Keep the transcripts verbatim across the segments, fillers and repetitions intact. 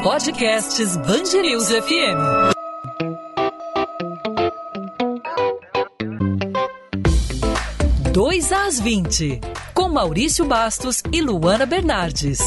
Podcasts Band News F M. dois às vinte, com Maurício Bastos e Luana Bernardes.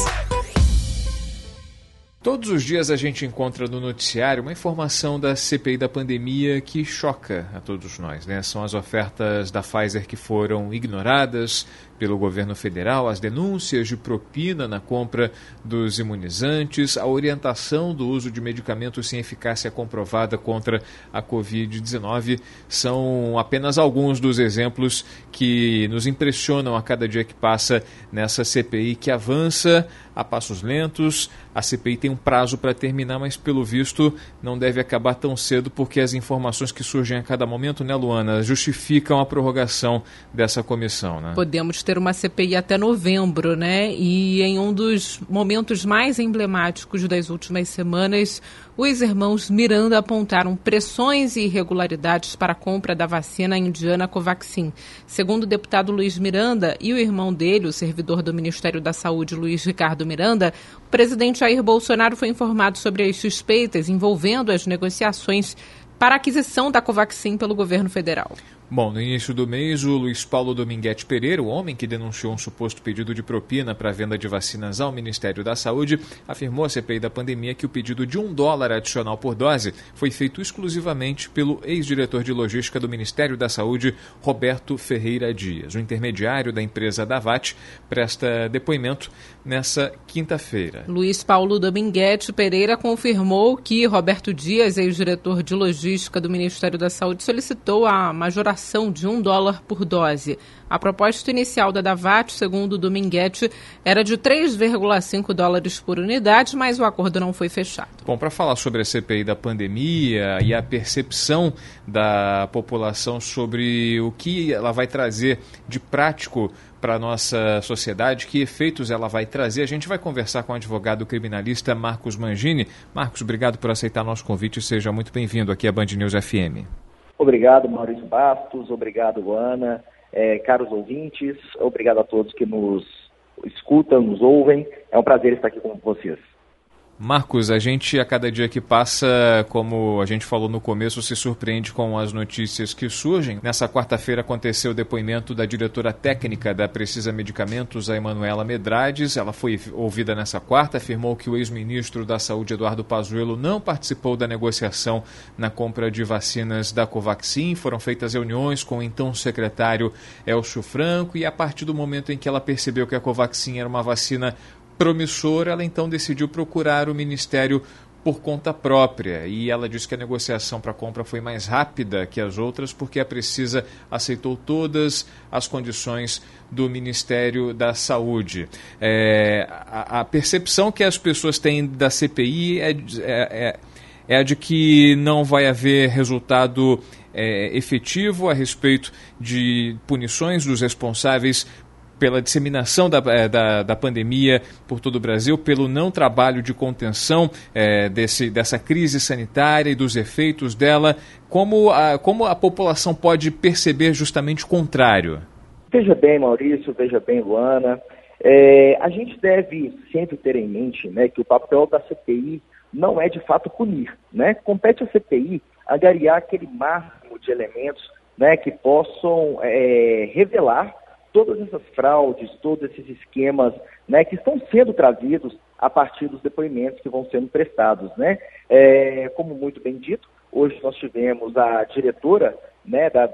Todos os dias a gente encontra no noticiário uma informação da C P I da pandemia que choca a todos nós, né? São as ofertas da Pfizer que foram ignoradas pelo governo federal, as denúncias de propina na compra dos imunizantes, a orientação do uso de medicamentos sem eficácia comprovada contra a covid dezenove, são apenas alguns dos exemplos que nos impressionam a cada dia que passa nessa C P I que avança a passos lentos. A C P I tem um prazo para terminar, mas pelo visto não deve acabar tão cedo, porque as informações que surgem a cada momento, né, Luana, justificam a prorrogação dessa comissão, né? Podemos ter uma C P I até novembro, né? E em um dos momentos mais emblemáticos das últimas semanas, os irmãos Miranda apontaram pressões e irregularidades para a compra da vacina indiana Covaxin. Segundo o deputado Luiz Miranda e o irmão dele, o servidor do Ministério da Saúde, Luiz Ricardo Miranda, o presidente Jair Bolsonaro foi informado sobre as suspeitas envolvendo as negociações para a aquisição da Covaxin pelo governo federal. Bom, no início do mês, o Luiz Paulo Dominguete Pereira, o homem que denunciou um suposto pedido de propina para a venda de vacinas ao Ministério da Saúde, afirmou à C P I da pandemia que o pedido de um dólar adicional por dose foi feito exclusivamente pelo ex-diretor de logística do Ministério da Saúde, Roberto Ferreira Dias. O intermediário da empresa Davat presta depoimento nessa quinta-feira. Luiz Paulo Dominguete Pereira confirmou que Roberto Dias, ex-diretor de logística do Ministério da Saúde, solicitou a majoração de um dólar por dose. A proposta inicial da Davat, segundo Dominguete, era de três vírgula cinco dólares por unidade, mas o acordo não foi fechado. Bom, para falar sobre a C P I da pandemia e a percepção da população sobre o que ela vai trazer de prático para a nossa sociedade, que efeitos ela vai trazer, a gente vai conversar com o advogado criminalista Marcos Mangini. Marcos, obrigado por aceitar nosso convite e seja muito bem-vindo aqui à Band News F M. Obrigado, Maurício Bastos, obrigado, Luana, é, caros ouvintes, obrigado a todos que nos escutam, nos ouvem, é um prazer estar aqui com vocês. Marcos, a gente a cada dia que passa, como a gente falou no começo, se surpreende com as notícias que surgem. Nessa quarta-feira aconteceu o depoimento da diretora técnica da Precisa Medicamentos, a Emanuela Medrades. Ela foi ouvida nessa quarta, afirmou que o ex-ministro da Saúde, Eduardo Pazuello, não participou da negociação na compra de vacinas da Covaxin. Foram feitas reuniões com o então secretário Elcio Franco e a partir do momento em que ela percebeu que a Covaxin era uma vacina promissora, ela então decidiu procurar o Ministério por conta própria e ela disse que a negociação para a compra foi mais rápida que as outras porque a Precisa aceitou todas as condições do Ministério da Saúde. É, a, a percepção que as pessoas têm da C P I é, é, é a de que não vai haver resultado é, efetivo a respeito de punições dos responsáveis pela disseminação da, da, da pandemia por todo o Brasil, pelo não trabalho de contenção é, desse, dessa crise sanitária e dos efeitos dela. Como a, como a população pode perceber justamente o contrário? Veja bem, Maurício, veja bem, Luana, é, a gente deve sempre ter em mente, né, que o papel da C P I não é de fato punir, né? Compete à C P I angariar aquele máximo de elementos, né, que possam é, revelar todas essas fraudes, todos esses esquemas, né, que estão sendo trazidos a partir dos depoimentos que vão sendo prestados, né? É, como muito bem dito, hoje nós tivemos a diretora, né, da,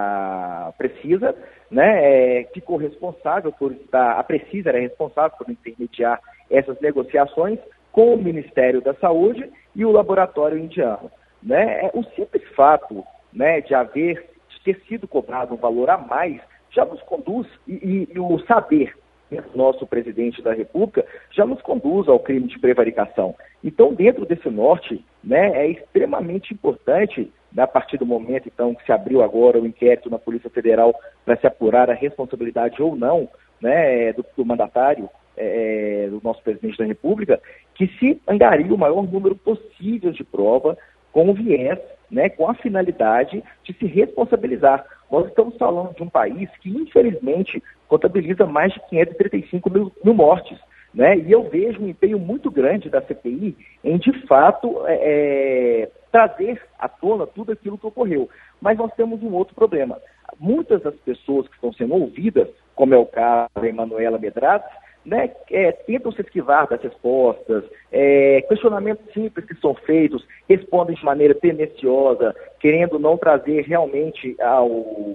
da Precisa, né, é, ficou responsável por estar, a Precisa era responsável por intermediar essas negociações com o Ministério da Saúde e o laboratório indiano, né? É, o simples fato, né, de haver, de ter sido cobrado um valor a mais já nos conduz, e, e, e o saber do nosso presidente da República já nos conduz ao crime de prevaricação. Então, dentro desse norte, né, é extremamente importante, né, a partir do momento então que se abriu agora o inquérito na Polícia Federal para se apurar a responsabilidade ou não, né, do, do mandatário, é, do nosso presidente da República, que se angarie o maior número possível de prova com o viés, né, com a finalidade de se responsabilizar. Nós estamos falando de um país que, infelizmente, contabiliza mais de quinhentas e trinta e cinco mil, mil mortes, né? E eu vejo um empenho muito grande da C P I em, de fato, é, trazer à tona tudo aquilo que ocorreu. Mas nós temos um outro problema. Muitas das pessoas que estão sendo ouvidas, como é o caso da Emanuela Medrades, né, é, tentam se esquivar das respostas, é, questionamentos simples que são feitos, respondem de maneira tendenciosa, querendo não trazer realmente ao,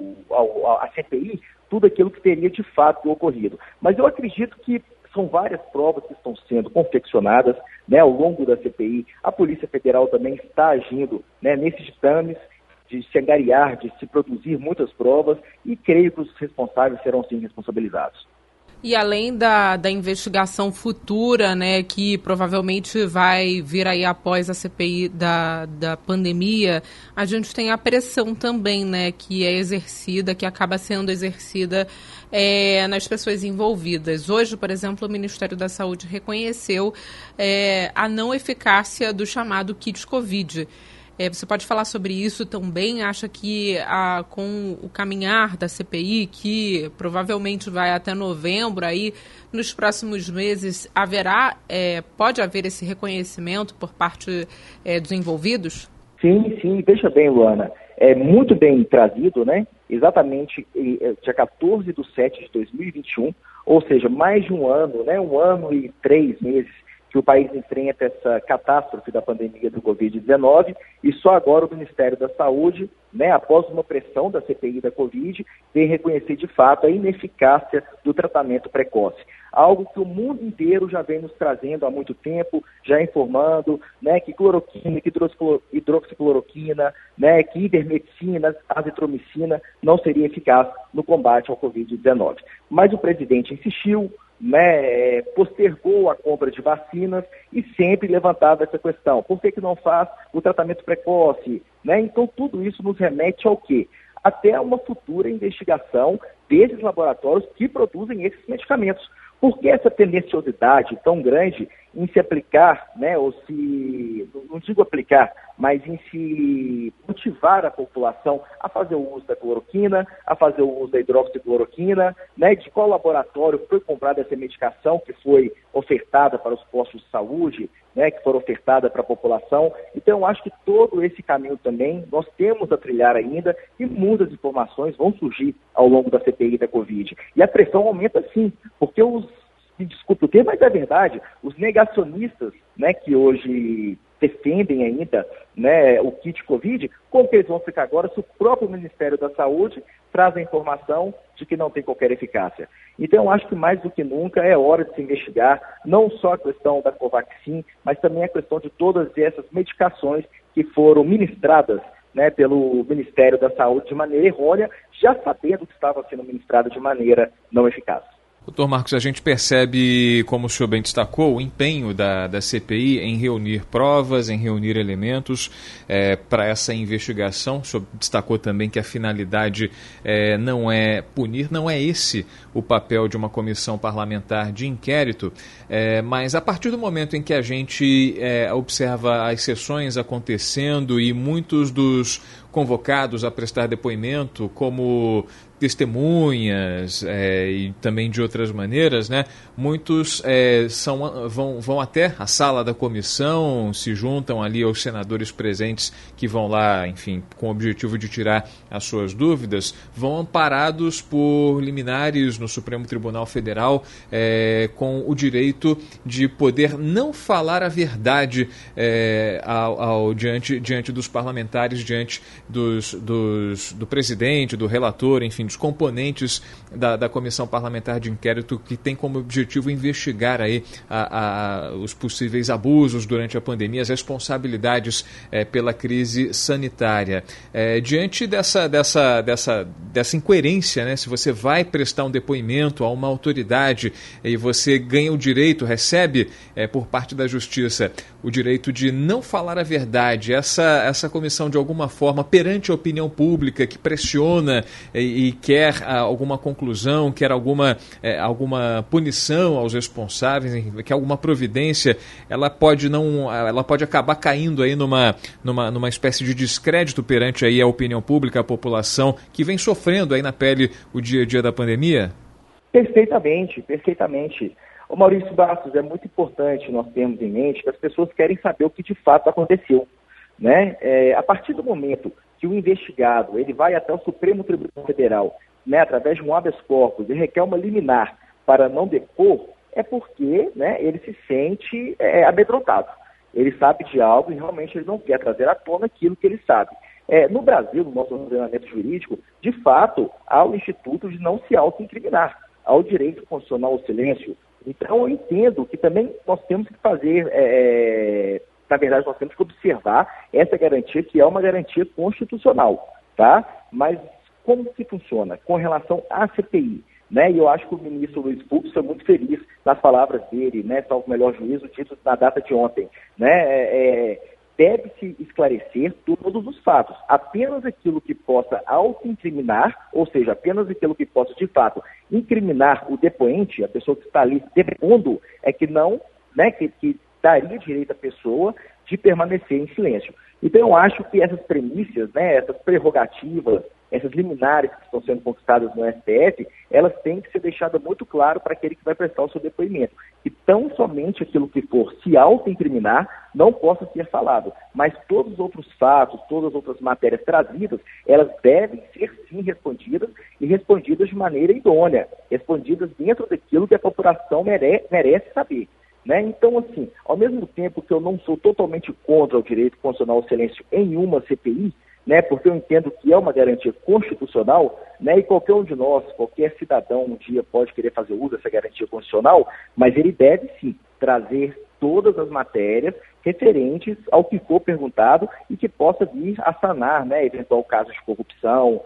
ao, à C P I tudo aquilo que teria de fato ocorrido. Mas eu acredito que são várias provas que estão sendo confeccionadas, né, ao longo da C P I. A Polícia Federal também está agindo, né, nesses ditames de se angariar, de se produzir muitas provas, e creio que os responsáveis serão sim responsabilizados. E além da, da investigação futura, né, que provavelmente vai vir aí após a C P I da, da pandemia, a gente tem a pressão também, né, que é exercida, que acaba sendo exercida é, nas pessoas envolvidas. Hoje, por exemplo, o Ministério da Saúde reconheceu é, a não eficácia do chamado kit Covid. É, você pode falar sobre isso também? Acha que a, com o caminhar da C P I, que provavelmente vai até novembro, aí nos próximos meses haverá, é, pode haver esse reconhecimento por parte é, dos envolvidos? Sim, sim. Veja bem, Luana, é muito bem trazido, né? Exatamente dia quatorze de setembro de dois mil e vinte e um, ou seja, mais de um ano, né? Um ano e três meses que o país enfrenta essa catástrofe da pandemia do covid dezenove, e só agora o Ministério da Saúde, né, após uma pressão da C P I da Covid, vem reconhecer de fato a ineficácia do tratamento precoce. Algo que o mundo inteiro já vem nos trazendo há muito tempo, já informando, né, que cloroquina, que hidroxicloroquina, né, que ivermectina, azitromicina não seria eficaz no combate ao covid dezenove. Mas o presidente insistiu, né, postergou a compra de vacinas e sempre levantava essa questão. Por que que não faz o tratamento precoce? Né? Então, tudo isso nos remete ao quê? Até uma futura investigação desses laboratórios que produzem esses medicamentos. Por que essa tendenciosidade tão grande em se aplicar, né, ou se, não digo aplicar, mas em se motivar a população a fazer o uso da cloroquina, a fazer o uso da hidroxicloroquina, né, de qual laboratório foi comprada essa medicação que foi ofertada para os postos de saúde, né, que foram ofertada para a população. Então, eu acho que todo esse caminho também nós temos a trilhar ainda, e muitas informações vão surgir ao longo da C P I da Covid. E a pressão aumenta sim, porque os, me desculpe o termo, mas é verdade, os negacionistas, né, que hoje defendem ainda, né, o kit Covid, como que eles vão ficar agora se o próprio Ministério da Saúde traz a informação de que não tem qualquer eficácia? Então, eu acho que mais do que nunca é hora de se investigar não só a questão da Covaxin, mas também a questão de todas essas medicações que foram ministradas, né, pelo Ministério da Saúde de maneira errônea, já sabendo que estava sendo ministrada de maneira não eficaz. Doutor Marcos, a gente percebe, como o senhor bem destacou, o empenho da, da C P I em reunir provas, em reunir elementos é, para essa investigação. O senhor destacou também que a finalidade é, não é punir, não é esse o papel de uma comissão parlamentar de inquérito, é, mas a partir do momento em que a gente é, observa as sessões acontecendo e muitos dos convocados a prestar depoimento, como testemunhas é, e também de outras maneiras, né? Muitos é, são, vão, vão até a sala da comissão, se juntam ali aos senadores presentes que vão lá, enfim, com o objetivo de tirar as suas dúvidas, vão amparados por liminares no Supremo Tribunal Federal é, com o direito de poder não falar a verdade é, ao, ao, diante, diante dos parlamentares, diante dos, dos, do presidente, do relator, enfim, dos componentes da, da Comissão Parlamentar de Inquérito, que tem como objetivo investigar aí a, a, os possíveis abusos durante a pandemia, as responsabilidades é, pela crise sanitária. É, diante dessa, dessa, dessa, dessa incoerência, né, se você vai prestar um depoimento a uma autoridade e você ganha o direito, recebe é, por parte da Justiça o direito de não falar a verdade, essa, essa comissão de alguma forma perante a opinião pública que pressiona e, e quer ah, alguma conclusão, quer alguma, eh, alguma punição aos responsáveis, quer alguma providência, ela pode não, ela pode acabar caindo aí numa, numa, numa espécie de descrédito perante aí a opinião pública, a população que vem sofrendo aí na pele o dia a dia da pandemia? Perfeitamente, perfeitamente. Ô Maurício Bastos, é muito importante nós termos em mente que as pessoas querem saber o que de fato aconteceu, né? É, a partir do momento que o investigado ele vai até o Supremo Tribunal Federal, né, através de um habeas corpus e requer uma liminar para não depor, é porque, né, ele se sente é, amedrontado. Ele sabe de algo e realmente ele não quer trazer à tona aquilo que ele sabe. É, no Brasil, no nosso ordenamento jurídico, de fato, há o instituto de não se auto-incriminar, há o direito constitucional ao silêncio. Então, eu entendo que também nós temos que fazer, é, na verdade, nós temos que observar essa garantia, que é uma garantia constitucional, tá? Mas como que funciona com relação à C P I? Né? E eu acho que o ministro Luiz Fux foi muito feliz nas palavras dele, né, salvo o melhor juízo, dito na data de ontem. Né? É, deve-se esclarecer todos os fatos. Apenas aquilo que possa auto-incriminar, ou seja, apenas aquilo que possa, de fato, incriminar o depoente, a pessoa que está ali depondo, é que não, né, que, que daria direito à pessoa de permanecer em silêncio. Então, eu acho que essas premissas, né, essas prerrogativas, essas liminares que estão sendo conquistadas no S T F, elas têm que ser deixadas muito claro para aquele que vai prestar o seu depoimento. Que tão somente aquilo que for se auto-incriminar não possa ser falado, mas todos os outros fatos, todas as outras matérias trazidas, elas devem ser sim respondidas e respondidas de maneira idônea, respondidas dentro daquilo que a população mere- merece saber. Né? Então, assim, ao mesmo tempo que eu não sou totalmente contra o direito constitucional ao silêncio em uma C P I, né, porque eu entendo que é uma garantia constitucional, né, e qualquer um de nós, qualquer cidadão um dia pode querer fazer uso dessa garantia constitucional, mas ele deve sim trazer todas as matérias referentes ao que for perguntado e que possa vir a sanar, né, eventual casos de corrupção,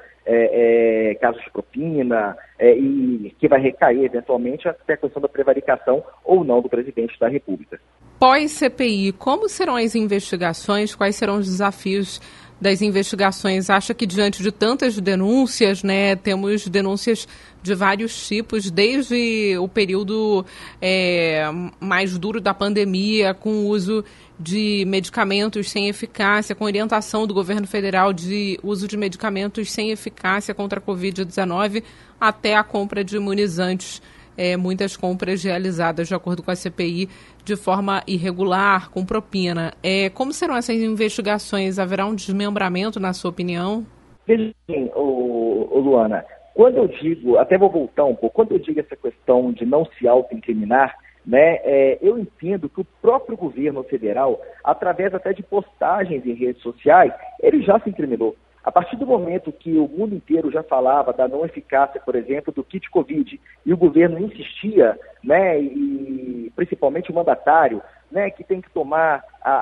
é, é, casos de propina, é, e que vai recair eventualmente até a questão da prevaricação ou não do presidente da República. Pós-C P I, como serão as investigações? Quais serão os desafios das investigações? Acha que diante de tantas denúncias, né, temos denúncias de vários tipos, desde o período é, mais duro da pandemia, com o uso de medicamentos sem eficácia, com orientação do governo federal de uso de medicamentos sem eficácia contra a covid dezenove, até a compra de imunizantes. É, muitas compras realizadas, de acordo com a C P I, de forma irregular, com propina. É, como serão essas investigações? Haverá um desmembramento, na sua opinião? Veja bem, ô, ô Luana, quando eu digo, até vou voltar um pouco, quando eu digo essa questão de não se auto-incriminar, né, é, eu entendo que o próprio governo federal, através até de postagens em redes sociais, ele já se incriminou. A partir do momento que o mundo inteiro já falava da não eficácia, por exemplo, do kit Covid, e o governo insistia, né, e principalmente o mandatário, né, que tem que tomar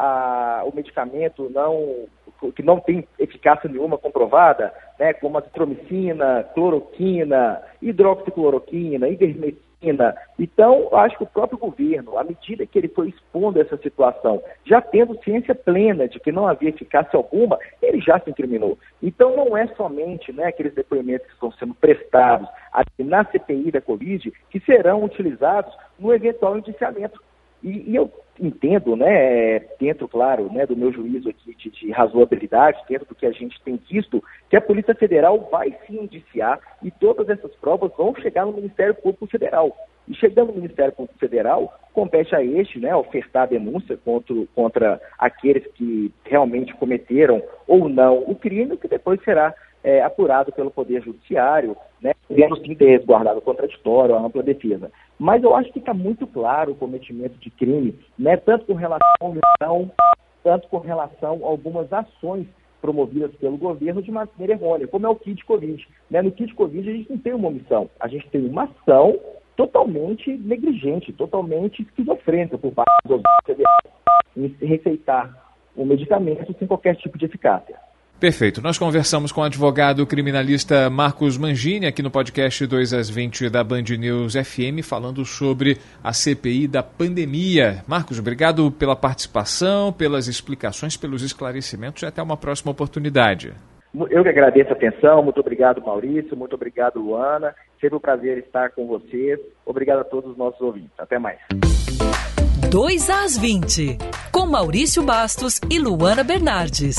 a, a, o medicamento não, que não tem eficácia nenhuma comprovada, né, como azitromicina, cloroquina, hidroxicloroquina, ivermectina. Então, eu acho que o próprio governo, à medida que ele foi expondo essa situação, já tendo ciência plena de que não havia eficácia alguma, ele já se incriminou. Então, não é somente, né, aqueles depoimentos que estão sendo prestados aqui na C P I da Covid que serão utilizados no eventual indiciamento. E, e eu entendo, né, dentro, claro, né, do meu juízo aqui de, de razoabilidade, dentro do que a gente tem visto, que a Polícia Federal vai se indiciar e todas essas provas vão chegar no Ministério Público Federal. E chegando no Ministério Público Federal, compete a este, né, ofertar a denúncia contra, contra aqueles que realmente cometeram ou não o crime, que depois será É, apurado pelo Poder Judiciário, né, devendo sim ter resguardado o contraditório, a ampla defesa. Mas eu acho que está muito claro o cometimento de crime, né, tanto com relação ao não, tanto com relação a algumas ações promovidas pelo governo de maneira errônea, como é o kit Covid. Né? No kit Covid a gente não tem uma omissão, a gente tem uma ação totalmente negligente, totalmente esquizofrênica por parte do governo federal em receitar um medicamento sem qualquer tipo de eficácia. Perfeito. Nós conversamos com o advogado criminalista Marcos Mangini, aqui no podcast dois às vinte da Band News F M, falando sobre a C P I da pandemia. Marcos, obrigado pela participação, pelas explicações, pelos esclarecimentos e até uma próxima oportunidade. Eu que agradeço a atenção, muito obrigado, Maurício, muito obrigado, Luana. Sempre um prazer estar com vocês. Obrigado a todos os nossos ouvintes. Até mais. dois às vinte, com Maurício Bastos e Luana Bernardes.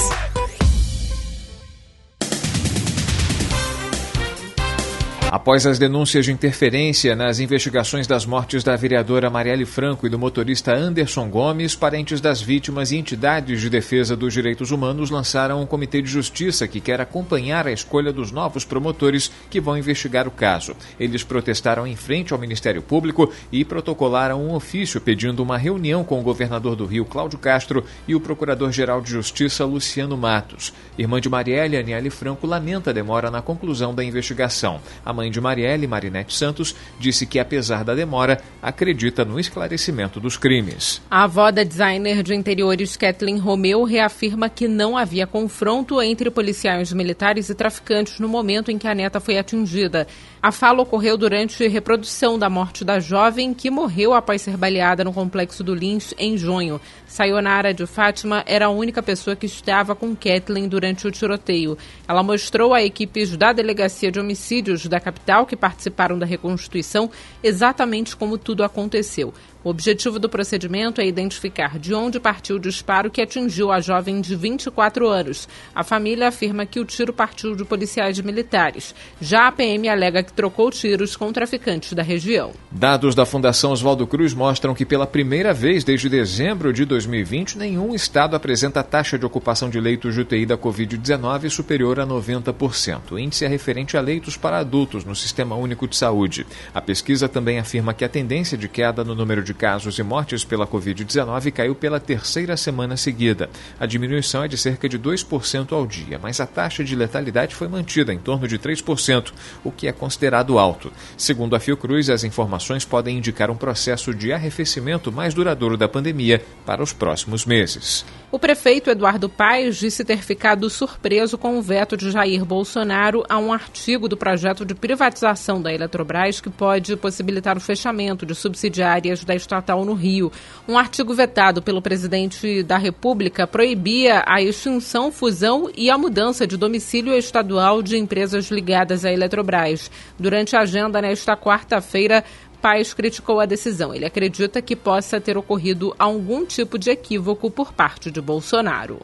Após as denúncias de interferência nas investigações das mortes da vereadora Marielle Franco e do motorista Anderson Gomes, parentes das vítimas e entidades de defesa dos direitos humanos lançaram um comitê de justiça que quer acompanhar a escolha dos novos promotores que vão investigar o caso. Eles protestaram em frente ao Ministério Público e protocolaram um ofício pedindo uma reunião com o governador do Rio, Cláudio Castro, e o procurador-geral de Justiça, Luciano Matos. Irmã de Marielle, Aniele Franco, lamenta a demora na conclusão da investigação. A mãe de Marielle, Marinete Santos, disse que, apesar da demora, acredita no esclarecimento dos crimes. A avó da designer de interiores, Kathleen Romeu, reafirma que não havia confronto entre policiais militares e traficantes no momento em que a neta foi atingida. A fala ocorreu durante reprodução da morte da jovem que morreu após ser baleada no Complexo do Lins em junho. Sayonara de Fátima era a única pessoa que estava com Kathleen durante o tiroteio. Ela mostrou a equipes da Delegacia de Homicídios da capital que participaram da reconstituição exatamente como tudo aconteceu. O objetivo do procedimento é identificar de onde partiu o disparo que atingiu a jovem de vinte e quatro anos. A família afirma que o tiro partiu de policiais militares. Já a P M alega que trocou tiros com traficantes da região. Dados da Fundação Oswaldo Cruz mostram que pela primeira vez desde dezembro de dois mil e vinte, nenhum estado apresenta taxa de ocupação de leitos de U T I da covid dezenove superior a noventa por cento. O índice é referente a leitos para adultos no Sistema Único de Saúde. A pesquisa também afirma que a tendência de queda no número de casos e mortes pela covid dezenove caiu pela terceira semana seguida. A diminuição é de cerca de dois por cento ao dia, mas a taxa de letalidade foi mantida em torno de três por cento, o que é considerado alto. Segundo a Fiocruz, as informações podem indicar um processo de arrefecimento mais duradouro da pandemia para os próximos meses. O prefeito Eduardo Paes disse ter ficado surpreso com o veto de Jair Bolsonaro a um artigo do projeto de privatização da Eletrobras que pode possibilitar o fechamento de subsidiárias da estatal no Rio. Um artigo vetado pelo presidente da República proibia a extinção, fusão e a mudança de domicílio estadual de empresas ligadas à Eletrobras. Durante a agenda nesta quarta-feira, Paes criticou a decisão. Ele acredita que possa ter ocorrido algum tipo de equívoco por parte de Bolsonaro.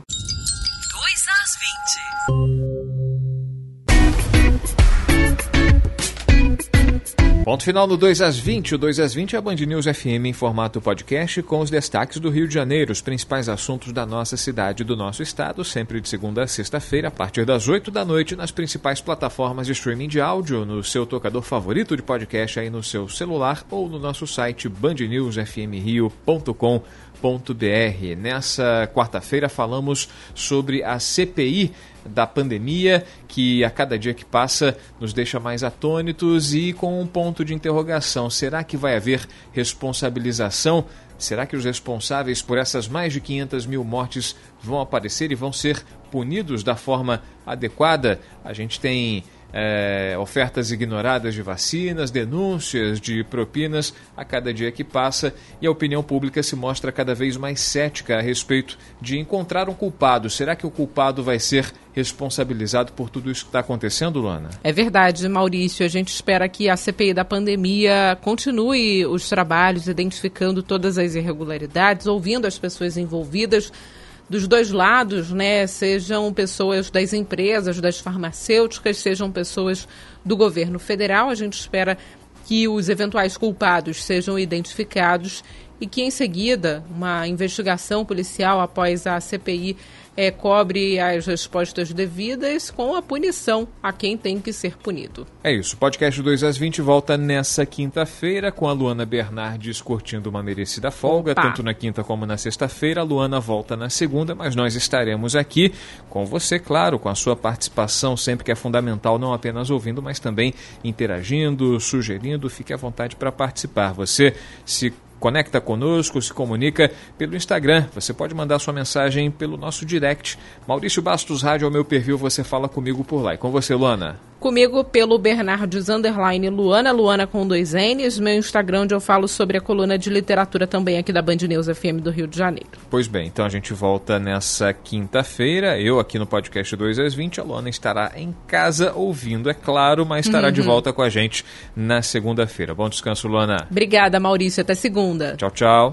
dois às vinte. Ponto final no dois às vinte. O dois às vinte é a Band News F M em formato podcast com os destaques do Rio de Janeiro, os principais assuntos da nossa cidade e do nosso estado, sempre de segunda a sexta-feira, a partir das oito da noite, nas principais plataformas de streaming de áudio, no seu tocador favorito de podcast aí no seu celular ou no nosso site band news f m rio ponto com ponto b r. Nessa quarta-feira falamos sobre a C P I da pandemia, que a cada dia que passa nos deixa mais atônitos e com um ponto de interrogação. Será que vai haver responsabilização? Será que os responsáveis por essas mais de quinhentas mil mortes vão aparecer e vão ser punidos da forma adequada? A gente tem É, ofertas ignoradas de vacinas, denúncias de propinas a cada dia que passa e a opinião pública se mostra cada vez mais cética a respeito de encontrar um culpado. Será que o culpado vai ser responsabilizado por tudo isso que está acontecendo, Luana? É verdade, Maurício. A gente espera que a C P I da pandemia continue os trabalhos, identificando todas as irregularidades, ouvindo as pessoas envolvidas dos dois lados, né, sejam pessoas das empresas, das farmacêuticas, sejam pessoas do governo federal. A gente espera que os eventuais culpados sejam identificados e que, em seguida, uma investigação policial após a C P I é, cobre as respostas devidas com a punição a quem tem que ser punido. É isso. O podcast dois às vinte volta nessa quinta-feira com a Luana Bernardes curtindo uma merecida folga, Opa. tanto na quinta como na sexta-feira. A Luana volta na segunda, mas nós estaremos aqui com você, claro, com a sua participação sempre, que é fundamental, não apenas ouvindo, mas também interagindo, sugerindo. Fique à vontade para participar. Você se conecta conosco, se comunica pelo Instagram. Você pode mandar sua mensagem pelo nosso direct. Maurício Bastos Rádio é o meu perfil, você fala comigo por lá. E com você, Luana? Comigo pelo Bernardes underline Luana, Luana com dois N's, meu Instagram, onde eu falo sobre a coluna de literatura também aqui da Band News F M do Rio de Janeiro. Pois bem, então a gente volta nessa quinta-feira, eu aqui no podcast dois às vinte, a Luana estará em casa ouvindo, é claro, mas estará uhum. de volta com a gente na segunda-feira. Bom descanso, Luana. Obrigada, Maurício, até segunda. Tchau, tchau.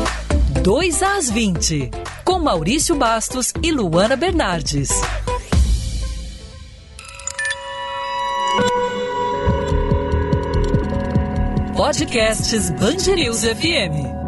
dois às vinte, com Maurício Bastos e Luana Bernardes. Podcasts Band News F M.